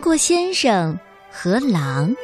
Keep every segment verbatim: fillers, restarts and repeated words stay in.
锅先生和狼。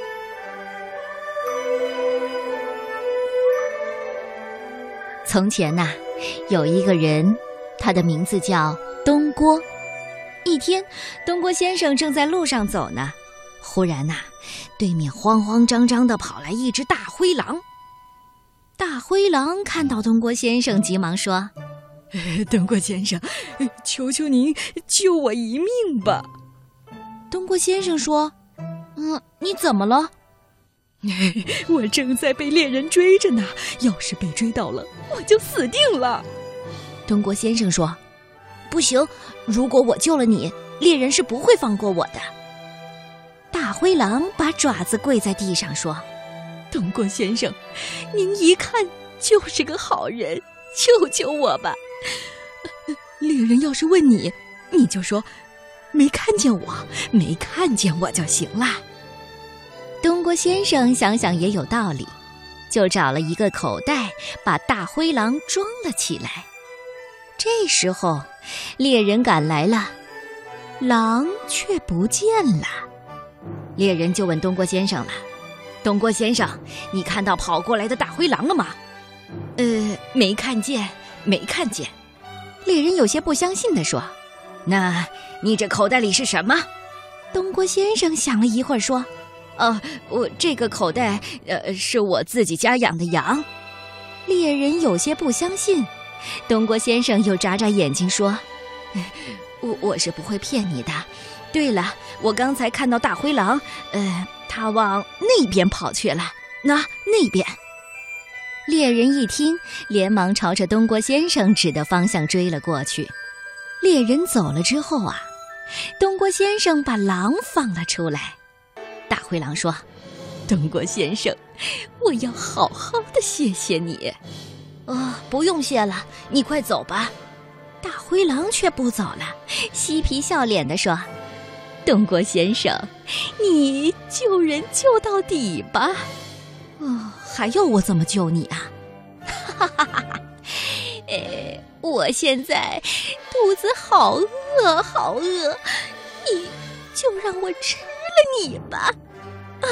从前呐、啊，有一个人，他的名字叫东郭。一天，东郭先生正在路上走呢，忽然呐、啊，对面慌慌张张地跑来一只大灰狼。大灰狼看到东郭先生，急忙说：“ 东郭先生，求求您救我一命吧。” 东郭先生说：“嗯，你怎么了？” 我正在被猎人追着呢，要是被追到了，我就死定了。 东郭先生说：“不行，如果我救了你，猎人是不会放过我的。”大灰狼把爪子跪在地上说：“ 东郭先生，您一看就是个好人，救救我吧。猎人要是问你，你就说没看见我，没看见我就行了。” 东郭先生想想也有道理，就找了一个口袋，把大灰狼装了起来。这时候，猎人赶来了，狼却不见了。猎人就问东郭先生了：“东郭先生，你看到跑过来的大灰狼了吗？”“ 呃，没看见，没看见。” 猎人有些不相信地说：“ 那你这口袋里是什么？” 东郭先生想了一会儿说：“ 哦，我这个口袋，呃，是我自己家养的羊。” 猎人有些不相信，东郭先生又眨眨眼睛说：“ 我我是不会骗你的。对了，我刚才看到大灰狼，呃，他往那边跑去了。那那边。” 猎人一听，连忙朝着东郭先生指的方向追了过去。猎人走了之后啊，东郭先生把狼放了出来。大灰狼说：“ 东郭先生，我要好好的谢谢你。”“ 哦，不用谢了，你快走吧。”大灰狼却不走了，嬉皮笑脸地说：“ 东郭先生，你救人救到底吧。”“ 哦，还要我怎么救你啊？”“ 哈哈哈哈！呃，我现在肚子好饿，好饿，你就让我吃了你吧。”啊！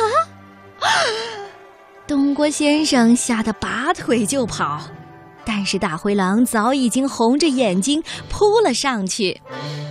东郭先生吓得拔腿就跑，但是大灰狼早已经红着眼睛扑了上去。